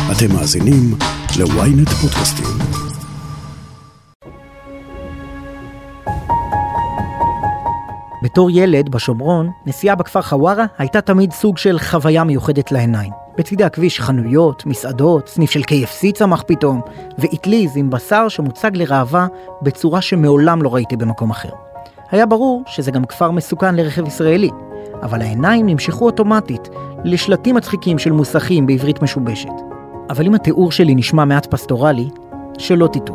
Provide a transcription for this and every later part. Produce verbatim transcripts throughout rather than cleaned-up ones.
אתם מאזינים ל-ynet פודקאסטים. בתור ילד בשומרון, נסיעה בכפר חווארה הייתה תמיד סוג של חוויה מיוחדת לעיניים. בצדי הכביש חנויות, מסעדות, סניף של קיי אף סי צמח פתאום, ואטליז עם בשר שמוצג לראווה בצורה שמעולם לא ראיתי במקום אחר. היה ברור שזה גם כפר מסוכן לרכב ישראלי, אבל העיניים נמשכו אוטומטית לשלטים מצחיקים של מוסכים בעברית משובשת. אבל אם התיאור שלי נשמע מעט פסטורלי, שלא תטעו.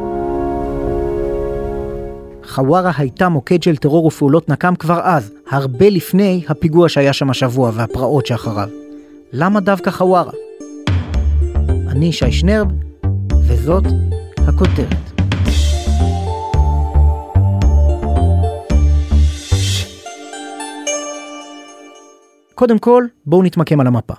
חווארה הייתה מוקד של טרור ופעולות נקם כבר אז, הרבה לפני הפיגוע שהיה שם השבוע והפרעות שאחריו. למה דווקא חווארה? אני שי שנרב, וזאת הכותרת. קודם כל, בואו נתמקם על המפה.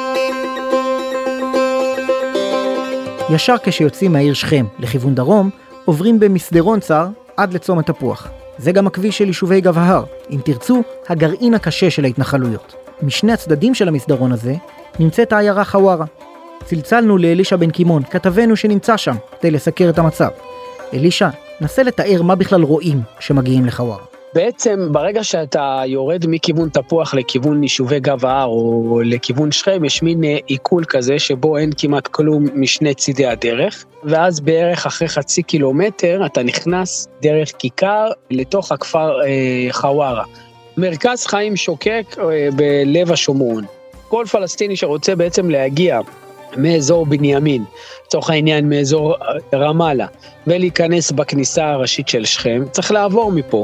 ישר כשיוצאים מהעיר שכם לכיוון דרום, עוברים במסדרון צר עד לצומת תפוח. זה גם הכביש של יישובי גב ההר, אם תרצו, הגרעין הקשה של ההתנחלויות. משני הצדדים של המסדרון הזה נמצאת העיירה חווארה. צלצלנו לאלישע בן קימון, כתבנו שנמצא שם, כדי לסקר את המצב. אלישע, נסה לתאר מה בכלל רואים כשמגיעים לחווארה. בעצם ברגע שאתה יורד מכיוון תפוח לכיוון יישובי גב ההר או לכיוון שכם, יש מין עיכול כזה שבו אין כמעט כלום משני צידי הדרך, ואז בערך אחרי חצי קילומטר אתה נכנס דרך כיכר לתוך הכפר אה, חווארה. מרכז חיים שוקק אה, בלב השומרון. כל פלסטיני שרוצה בעצם להגיע מאזור בנימין, לצורך העניין מאזור רמאללה, ולהיכנס בכניסה הראשית של שכם, צריך לעבור מפה.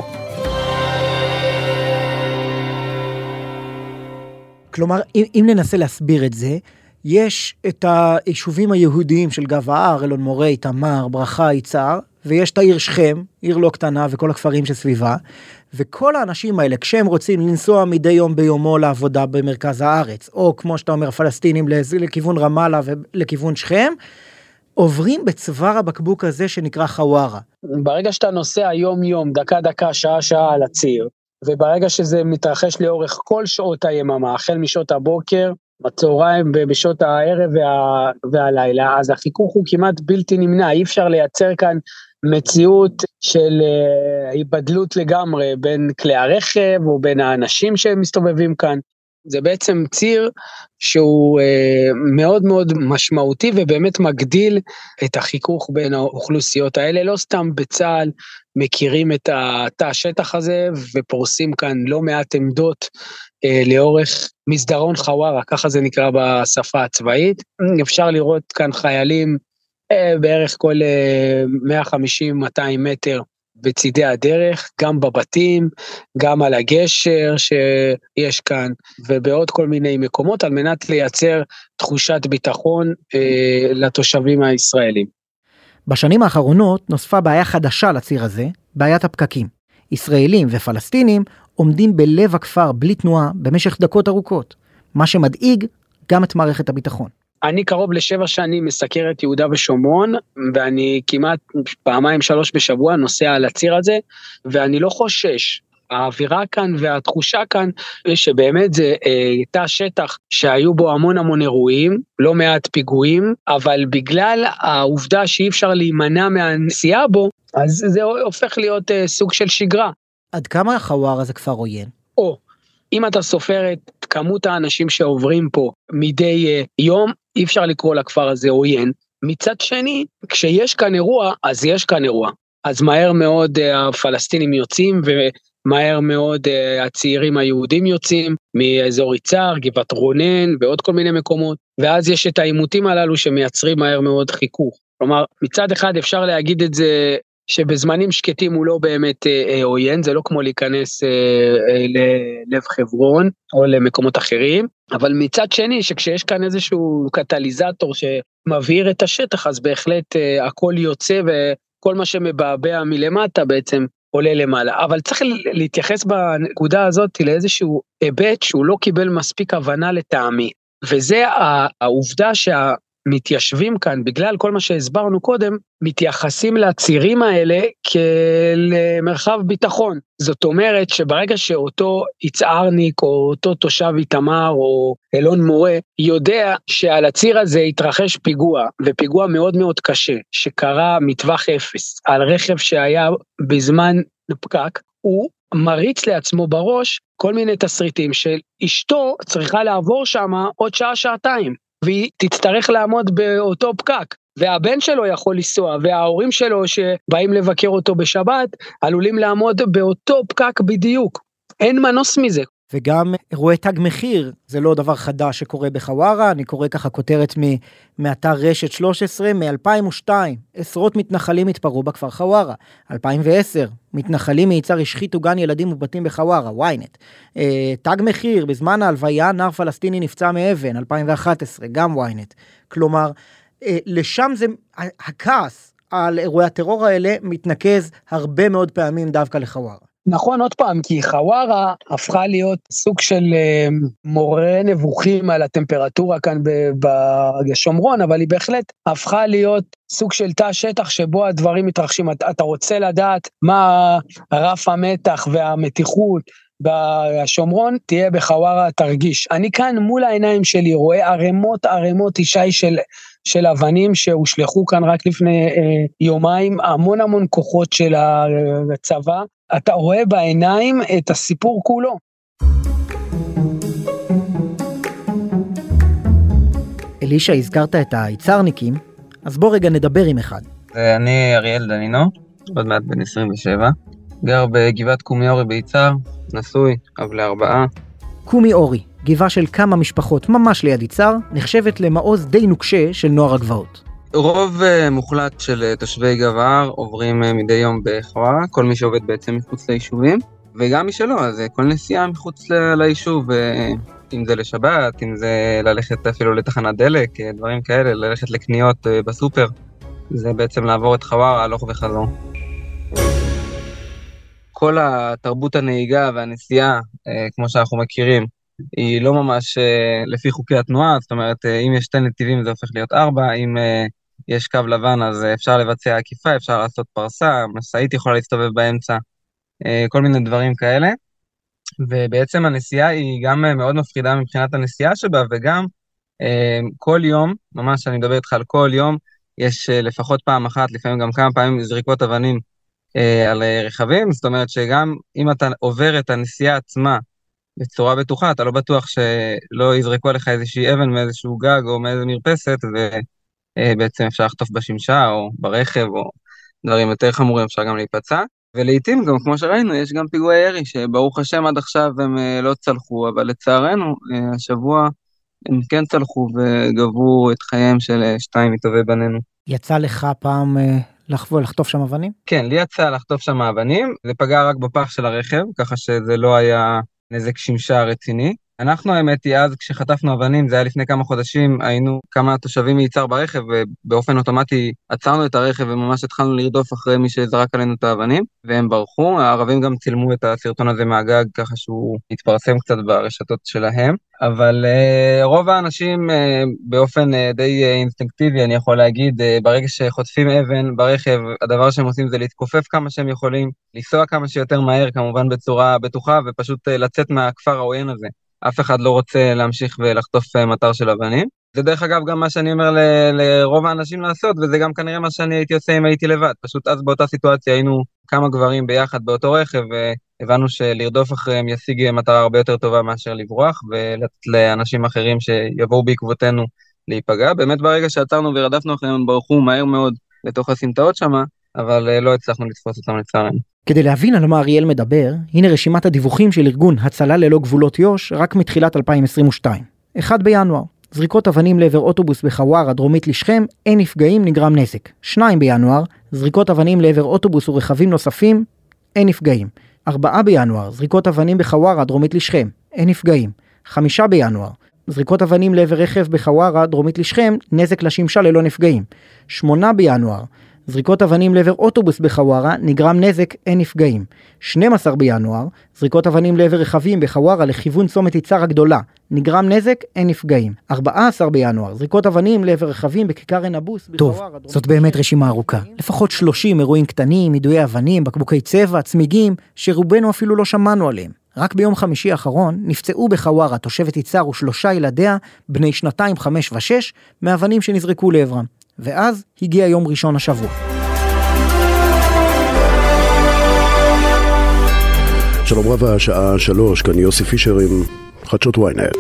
כלומר, אם, אם ננסה להסביר את זה, יש את היישובים היהודיים של גב ההר, אלון מורה, תמר, ברכה, יצהר, ויש את העיר שכם, עיר לא קטנה וכל הכפרים שסביבה, וכל האנשים האלה, כשהם רוצים לנסוע מדי יום ביומו לעבודה במרכז הארץ, או כמו שאתה אומר, פלסטינים לכיוון רמאללה ולכיוון שכם, עוברים בצוואר הבקבוק הזה שנקרא חווארה. ברגע שאתה נוסע יום יום, דקה דקה, שעה שעה על הציר, וברגע שזה מתרחש לאורך כל שעות היממה, החל משעות הבוקר, בצהריים ובשעות הערב וה... והלילה, אז החיכוך הוא כמעט בלתי נמנע, אי אפשר לייצר כאן מציאות של היבדלות לגמרי בין כלי הרכב או בין האנשים שמסתובבים כאן. זה בעצם ציר שהוא מאוד מאוד משמעותי ובאמת מגדיל את החיכוך בין האוכלוסיות האלה, לא סתם בצה"ל מכירים את התא השטח הזה ופורסים כאן לא מעט עמדות לאורך מסדרון חווארה, ככה זה נקרא בשפה הצבאית. אפשר לראות כאן חיילים בערך כל מאה וחמישים עד מאתיים מטר בצידי הדרך, גם בבתים, גם על הגשר שיש כאן, ובעוד כל מיני מקומות, על מנת לייצר תחושת ביטחון אה, לתושבים הישראלים. בשנים האחרונות נוספה בעיה חדשה לציר הזה, בעיית הפקקים. ישראלים ופלסטינים עומדים בלב הכפר בלי תנועה במשך דקות ארוכות, מה שמדאיג גם את מערכת הביטחון. אני קרוב לשבע שנים מסקר את יהודה ושומרון, ואני כמעט פעמיים שלוש בשבוע נוסע על הציר הזה, ואני לא חושש. האווירה כאן והתחושה כאן, שבאמת זה תא שטח שהיו בו המון המון אירועים, לא מעט פיגועים, אבל בגלל העובדה שאי אפשר להימנע מהנסיעה בו, אז זה הופך להיות סוג של שגרה. עד כמה חווארה זה כפר עוין? או, אם אתה סופר את כמות האנשים שעוברים פה מדי יום, אי אפשר לקרוא לכפר הזה עוין. מצד שני, כשיש כאן אירוע, אז יש כאן אירוע. אז מהר מאוד הפלסטינים יוצאים, ומהר מאוד הצעירים היהודים יוצאים, מאזור יצהר, גבעת רונן, ועוד כל מיני מקומות. ואז יש את העימותים הללו שמייצרים מהר מאוד חיכוך. כלומר, מצד אחד אפשר להגיד את זה, שבזמנים שקטים הוא לא באמת עוין, זה לא כמו להיכנס ללב חברון או למקומות אחרים, אבל מצד שני שכשיש כאן איזשהו קטליזטור שמבהיר את השטח, אז בהחלט הכל יוצא וכל מה שמבעבע מלמטה בעצם עולה למעלה. אבל צריך להתייחס בנקודה הזאת לאיזשהו היבט שהוא לא קיבל מספיק הבנה לטעמי, וזה העובדה שה... מתיישבים כאן, בגלל כל מה שהסברנו קודם, מתייחסים לצירים האלה כמרחב ביטחון. זאת אומרת שברגע שאותו יצהרניק או אותו תושב איתמר או אלון מורה יודע שעל הציר הזה התרחש פיגוע, ופיגוע מאוד מאוד קשה, שקרה מטווח אפס, על רכב שהיה בזמן פקק, הוא מריץ לעצמו בראש כל מיני תסריטים של אשתו צריכה לעבור שם עוד שעה שעתיים, והיא תצטרך לעמוד באותו פקק, והבן שלו יכול לנסוע, וההורים שלו שבאים לבקר אותו בשבת, עלולים לעמוד באותו פקק בדיוק. אין מנוס מזה. וגם אירועי תג מחיר, זה לא דבר חדש שקורה בחווארה, אני קורא ככה כותרת מאתר רשת שלוש עשרה, מ-אלפיים ושתיים, עשרות מתנחלים התפרעו בכפר חווארה, אלפיים ועשר, מתנחלים מיצהר השחיתו גן ילדים ובתים בחווארה, וויינט, אה, תג מחיר, בזמן ההלוויה, נער פלסטיני נפצע מאבן, אלפיים ואחת עשרה, גם וויינט, כלומר, אה, לשם זה, הכעס על אירועי הטרור האלה, מתנקז הרבה מאוד פעמים דווקא לחווארה. נכון, עוד פעם, כי חווארה הפכה להיות סוג של מורה נבוכים על הטמפרטורה כאן בשומרון, אבל היא בהחלט הפכה להיות סוג של תא שטח שבו הדברים מתרחשים. אתה רוצה לדעת מה רף המתח והמתיחות בשומרון, תהיה בחווארה תרגיש. אני כאן מול העיניים שלי רואה ערימות ערימות אישי של... של אבנים שהושלחו כאן רק לפני אה, יומיים, המון המון כוחות של הצבא, אתה רואה בעיניים את הסיפור כולו. אלישע, הזכרת את היצהרניקים, אז בוא רגע נדבר עם אחד. אני אריאל דנינו, עוד מעט בן עשרים ושבע, גר בגבעת קומי אורי ביצהר, נשוי, אב לארבעה. קומי אורי, גבעה של כמה משפחות ממש ליד יצהר, נחשבת למעוז די נוקשה של נוער הגבעות. רוב uh, מוחלט של uh, תושבי גבער עוברים uh, מדי יום בחווארה, כל מי שעובד בעצם מחוץ ליישובים, וגם מי שלא, אז uh, כל נסיעה מחוץ ל- ליישוב, uh, אם זה לשבת, אם זה ללכת אפילו לתחנת דלק, uh, דברים כאלה, ללכת לקניות uh, בסופר, זה בעצם לעבור את חווארה, הלוך וחזור. כל התרבות הנהיגה והנסיעה, uh, כמו שאנחנו מכירים, היא לא ממש uh, לפי חוקי התנועה, זאת אומרת, uh, אם יש שתי נתיבים זה הופך להיות ארבע, אם uh, יש קו לבן אז uh, אפשר לבצע עקיפה, אפשר לעשות פרסה, משאית יכולה להסתובב באמצע, uh, כל מיני דברים כאלה, ובעצם הנסיעה היא גם uh, מאוד מפחידה מבחינת הנסיעה שבה, וגם uh, כל יום, ממש אני מדבר איתך על כל יום, יש uh, לפחות פעם אחת, לפעמים גם כמה פעמים זריקות אבנים uh, על uh, רכבים, זאת אומרת שגם אם אתה עובר את הנסיעה עצמה, בצורה בטוחה, אתה לא בטוח שלא יזרקו עליך איזושהי אבן מאיזשהו גג או מאיזו מרפסת, ובעצם אפשר לחטוף בשמשה או ברכב או דברים יותר חמורים, אפשר גם להיפצע. ולעיתים גם כמו שראינו, יש גם פיגועי ירי, שברוך השם עד עכשיו הם לא צלחו, אבל לצערנו, השבוע הם כן צלחו וגבו את חייהם של שתיים מטובי בנינו. יצא לך פעם לחבוא, לחטוף שם אבנים? כן, לי יצא לחטוף שם אבנים, זה פגע רק בפח של הרכב, ככה שזה לא היה נזק שמשה רציני. אנחנו האמת היא אז כשחטפנו אבנים, זה היה לפני כמה חודשים, היינו כמה תושבים מיצהר ברכב, ובאופן אוטומטי עצרנו את הרכב וממש התחלנו לרדוף אחרי מי שזרק עלינו את האבנים, והם ברחו. הערבים גם צילמו את הסרטון הזה מהגג, ככה שהוא התפרסם קצת ברשתות שלהם, אבל uh, רוב האנשים uh, באופן uh, די uh, אינסטינקטיבי, אני יכול להגיד, uh, ברגע שחוטפים אבן ברכב, הדבר שהם עושים זה להתכופף כמה שהם יכולים, לנסוע כמה שיותר מהר, כמובן בצורה בטוחה, ופשוט uh, לצאת מהכפר העוין הזה. אף אחד לא רוצה להמשיך ולחטוף מטר של אבנים. זה דרך אגב גם מה שאני אומר ל- לרוב האנשים לעשות, וזה גם כנראה מה שאני הייתי עושה אם הייתי לבד. פשוט אז באותה סיטואציה היינו כמה גברים ביחד באותו רכב, והבנו שלרדוף אחריהם ישיג מטרה הרבה יותר טובה מאשר לברוח, ולתת לאנשים אחרים שיבואו בעקבותינו להיפגע. באמת ברגע שעצרנו ורדפנו אחריהם, הם ברחו מהר מאוד לתוך הסמטאות שמה, אבל לא הצלחנו לתפוס אותם לצערנו. כדי להבין על מה אריאל מדבר, הנה רשימת הדיווחים של ארגון הצלה ללא גבולות יו"ש רק מתחילת אלפיים עשרים ושתיים. אחד בינואר, זריקות אבנים לעבר אוטובוס בחווארה דרומית לשכם, אין נפגעים, נגרם נזק. שניים בינואר, זריקות אבנים לעבר אוטובוס ורכבים נוספים, אין נפגעים. ארבעה בינואר, זריקות אבנים בחווארה דרומית לשכם, אין נפגעים. חמישה בינואר, זריקות אבנים לעבר רכב בחווארה דרומית לשכם, נזק לשמשה ללא נפגעים. שמונה בינואר, זריקות אבנים לעבר אוטובוס בחווארה, נגרם נזק, אין נפגעים. שנים עשר בינואר, זריקות אבנים לעבר רכבים בחווארה לכיוון צומת יצהר הגדולה, נגרם נזק, אין נפגעים. ארבעה עשר בינואר, זריקות אבנים לעבר רכבים בכיכר עין הבוס בחווארה. טוב, זאת באמת רשימה ארוכה. לפחות שלושים אירועים קטנים, יידויי אבנים, בקבוקי צבע, צמיגים, שרובנו אפילו לא שמענו עליהם. רק ביום חמישי האחרון נפצעו בחווארה תושבת יצהר ושלושה ילדיה, בני שנתיים, חמש ושש, מאבנים שנזרקו לעברם. ואז הגיע יום ראשון השבוע. שלום רב, השעה שלוש, כאן יוסי פישר עם חדשות וויינט.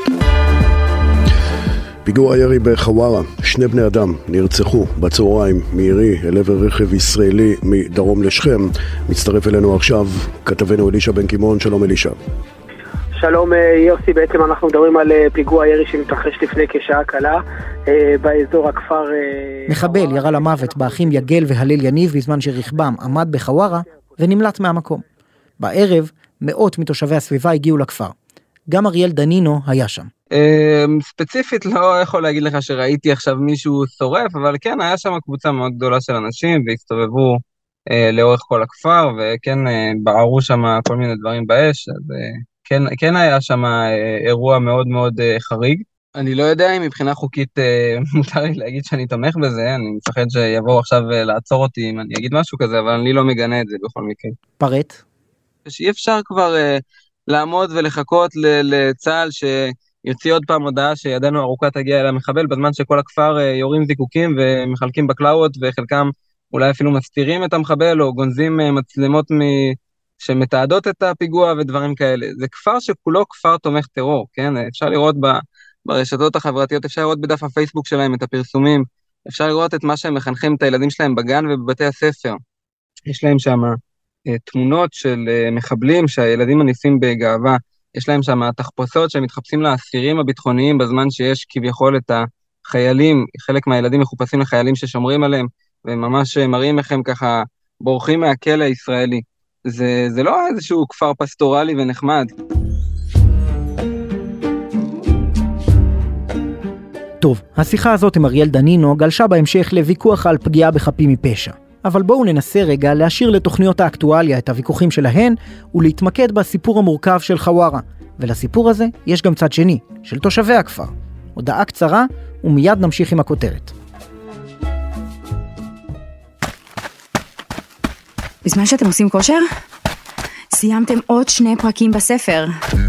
פיגוע הירי בחווארה, שני בני אדם נרצחו בצהריים מירי אל עבר רכב ישראלי מדרום לשכם. מצטרף אלינו עכשיו כתבנו אלישע בן קימון. שלום אלישע. שלום יוסי, בעצם אנחנו מדברים על פיגוע ירי שמתרחש לפני כשעה קלה באזור הכפר. מחבל ירה למוות באחים יגל והלל יניב בזמן שרכבם עמד בחווארה ונמלט מהמקום. בערב מאות מתושבי הסביבה הגיעו לכפר. גם אריאל דנינו היה שם. ספציפית לא יכול להגיד לך שראיתי עכשיו מישהו שורף, אבל כן היה שם קבוצה מאוד גדולה של אנשים והסתובבו לאורך כל הכפר, וכן בערו שם כל מיני דברים באש, אז כן, כן היה שם אירוע מאוד מאוד חריג. אני לא יודע אם מבחינה חוקית מותר לי להגיד שאני תומך בזה, אני מפחד שיבואו עכשיו לעצור אותי אם אני אגיד משהו כזה, אבל אני לא מגנה את זה בכל מקרה. פרט. שאי אפשר כבר לעמוד ולחכות לצה"ל שיוציא עוד פעם הודעה שידנו ארוכה תגיע אל המחבל, בזמן שכל הכפר יורים זיקוקים ומחלקים בקלאות, וחלקם אולי אפילו מסתירים את המחבל או גונזים מצלמות מ... שמתעדות את הפיגוע ודברים כאלה. זה כפר שכולו כפר תומך טרור, כן? אפשר לראות ב, ברשתות החברתיות, אפשר לראות בדף הפייסבוק שלהם את הפרסומים, אפשר לראות את מה שהם מחנכים את הילדים שלהם בגן ובבתי הספר. יש להם שם uh, תמונות של uh, מחבלים שהילדים מניסים בגאווה, יש להם שם תחפושות שמתחפשים לאסירים הביטחוניים בזמן שיש כביכול את החיילים, חלק מהילדים מחופשים לחיילים ששומרים עליהם, וממש מראים איך הם ככה בורחים מהכלא הישראלי. זה, זה לא איזשהו כפר פסטורלי ונחמד. טוב, השיחה הזאת עם אריאל דנינו גלשה בהמשך לוויכוח על פגיעה בחפים מפשע. אבל בואו ננסה רגע להשאיר לתוכניות האקטואליה את הוויכוחים שלהן ולהתמקד בסיפור המורכב של חווארה. ולסיפור הזה יש גם צד שני, של תושבי הכפר. הודעה קצרה ומיד נמשיך עם הכותרת. בזמן שאתם עושים כושר, סיימתם עוד שני פרקים בספר.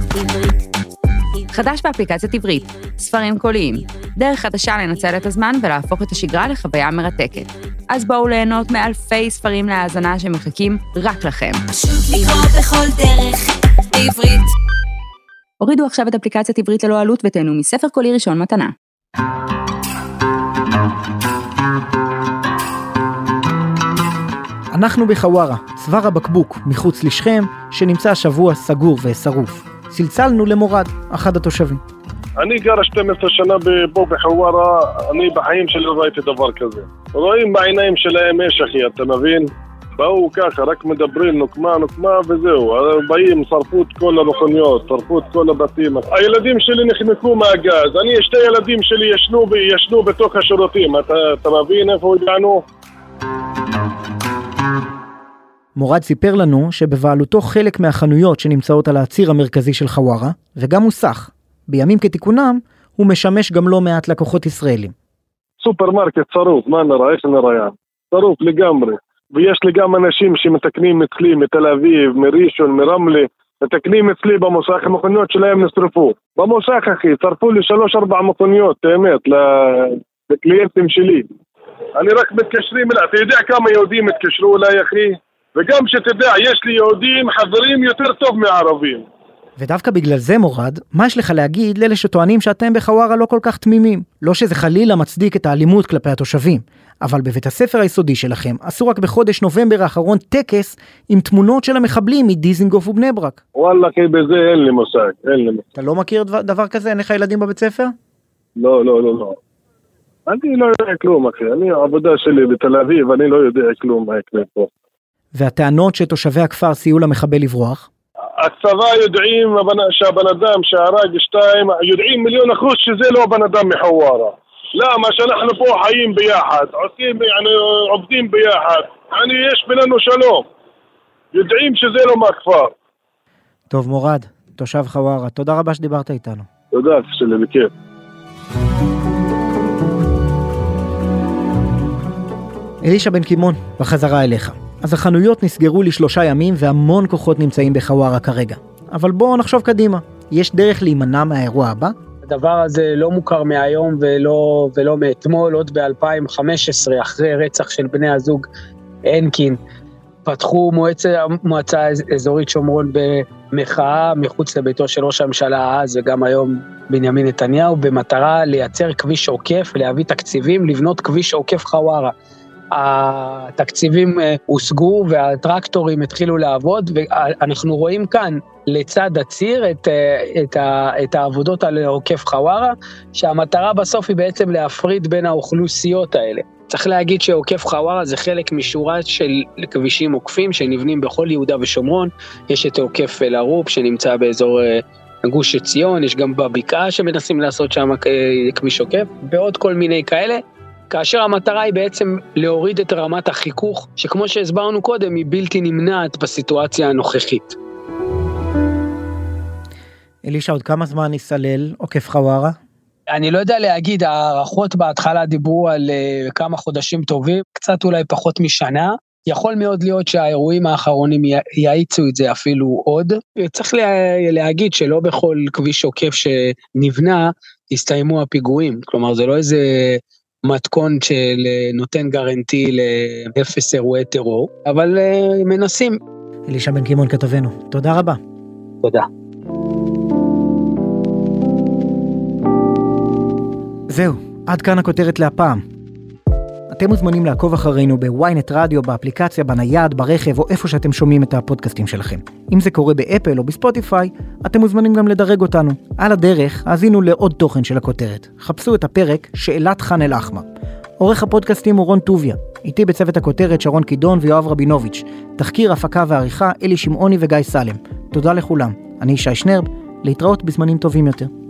חדש באפליקציית עברית, ספרים קוליים, דרך חדשה לנצל את הזמן ולהפוך את השגרה לחוויה מרתקת. אז בואו ליהנות מאלפי ספרים להאזנה שמחכים רק לכם. פשוט לקרוא בכל דרך, בעברית. הורידו עכשיו את אפליקציית עברית ללא עלות ותהנו מספר קולי ראשון מתנה. אנחנו בחווארה, צוואר הבקבוק מחוץ לשכם, שנמצא השבוע סגור ושרוף. צלצלנו למורד, אחד התושבים. אני גר שתים עשרה שנה פה בחווארה, אני בחיים שלי לא ראיתי דבר כזה. רואים בעיניים שלהם אש אחי, אתה מבין? באו ככה, רק מדברים, נוקמה, נוקמה וזהו. באים, שרפו את כל המכוניות, שרפו את כל הבתים. הילדים שלי נחנקו מהגז, אני, שתי ילדים שלי ישנו, ישנו בתוך השירותים. אתה, אתה מבין איפה הגענו? מורד סיפר לנו שבבעלותו חלק מהחנויות שנמצאות על הציר המרכזי של חווארה, וגם מוסך. בימים כתיקונם, הוא משמש גם לא מעט לקוחות ישראלים. סופרמרקט שרוף, מה נראה? איך נראה? שרוף לגמרי. ויש לי גם אנשים שמתקנים אצלי מתל אביב, מראשון, מרמלה, מתקנים אצלי במוסך, המכוניות שלהם נשרפו. במוסך אחי, שרפו לי שלוש ארבע מכוניות, האמת, לקליינטים שלי. אני רק מתקשרים אליי, אתה יודע כמה יהודים התקשרו אליי אחי? וגם שתדע, יש לי יהודים חברים יותר טוב מערבים. ודווקא בגלל זה מורד, מה יש לך להגיד לאלה שטוענים שאתם בחווארה לא כל כך תמימים? לא שזה חלילה מצדיק את האלימות כלפי התושבים, אבל בבית הספר היסודי שלכם עשו רק בחודש נובמבר האחרון טקס עם תמונות של המחבלים מדיזינגוף ובני ברק. וואלה, כי בזה אין לי מושג, אין לי מושג. אתה לא מכיר דבר, דבר כזה? אין לך ילדים בבית ספר? לא, לא, לא, לא. אני לא יודע כלום, אחי. אני, העבודה שלי בתל אביב, אני לא יודע כלום מה יקרה פה. והטענות שתושבי הכפר סייעו למחבל לברוח? הצבא יודעים שהבן אדם שהרג שתיים, יודעים מיליון אחוז שזה לא בן אדם מחווארה. למה שאנחנו פה חיים ביחד, עושים, يعني, עובדים ביחד, يعني, יש בינינו שלום, יודעים שזה לא מהכפר. טוב מורד, תושב חווארה, תודה רבה שדיברת איתנו. תודה, שלי, בכיף. אלישע בן קימון, בחזרה אליך. אז החנויות נסגרו לשלושה ימים והמון כוחות נמצאים בחווארה כרגע. אבל בואו נחשוב קדימה, יש דרך להימנע מהאירוע הבא? הדבר הזה לא מוכר מהיום ולא, ולא מאתמול, עוד ב-אלפיים וחמש עשרה, אחרי רצח של בני הזוג הנקין, פתחו מועצה, מועצה אזורית שומרון במחאה מחוץ לביתו של ראש הממשלה אז וגם היום בנימין נתניהו, במטרה לייצר כביש עוקף, להביא תקציבים, לבנות כביש עוקף חווארה. התקציבים הושגו והטרקטורים התחילו לעבוד, ואנחנו רואים כאן לצד הציר את, את, את העבודות על עוקף חווארה, שהמטרה בסוף היא בעצם להפריד בין האוכלוסיות האלה. צריך להגיד שעוקף חווארה זה חלק משורה של כבישים עוקפים שנבנים בכל יהודה ושומרון. יש את עוקף אל-ערוב שנמצא באזור גוש עציון, יש גם בבקעה שמנסים לעשות שם כביש עוקף, ועוד כל מיני כאלה. כאשר המטרה היא בעצם להוריד את רמת החיכוך, שכמו שהסברנו קודם, היא בלתי נמנעת בסיטואציה הנוכחית. אלישע, עוד כמה זמן נסלל עוקף חווארה? אני לא יודע להגיד, הערכות בהתחלה דיברו על uh, כמה חודשים טובים, קצת אולי פחות משנה. יכול מאוד להיות שהאירועים האחרונים יעיצו את זה אפילו עוד. צריך לה, להגיד שלא בכל כביש עוקף שנבנה, הסתיימו הפיגועים. כלומר, זה לא איזה מתכון שנותן גרנטי לאפס אירועי טרור, אבל uh, מנסים. אלישע בן קימון כתבנו, תודה רבה. תודה. זהו, עד כאן הכותרת להפעם. אתם מוזמנים לעקוב אחרינו בוויינט רדיו, באפליקציה, בנייד, ברכב או איפה שאתם שומעים את הפודקאסטים שלכם. אם זה קורה באפל או בספוטיפיי, אתם מוזמנים גם לדרג אותנו. על הדרך, האזינו לעוד תוכן של הכותרת. חפשו את הפרק שאלת חן אל אחמר. עורך הפודקאסטים הוא רון טוביה. איתי בצוות הכותרת שרון קידון ויואב רבינוביץ'. תחקיר, הפקה ועריכה אלי שמעוני וגיא סלם. תודה לכולם. אני שי שנרב, להתראות בזמנים טובים יותר.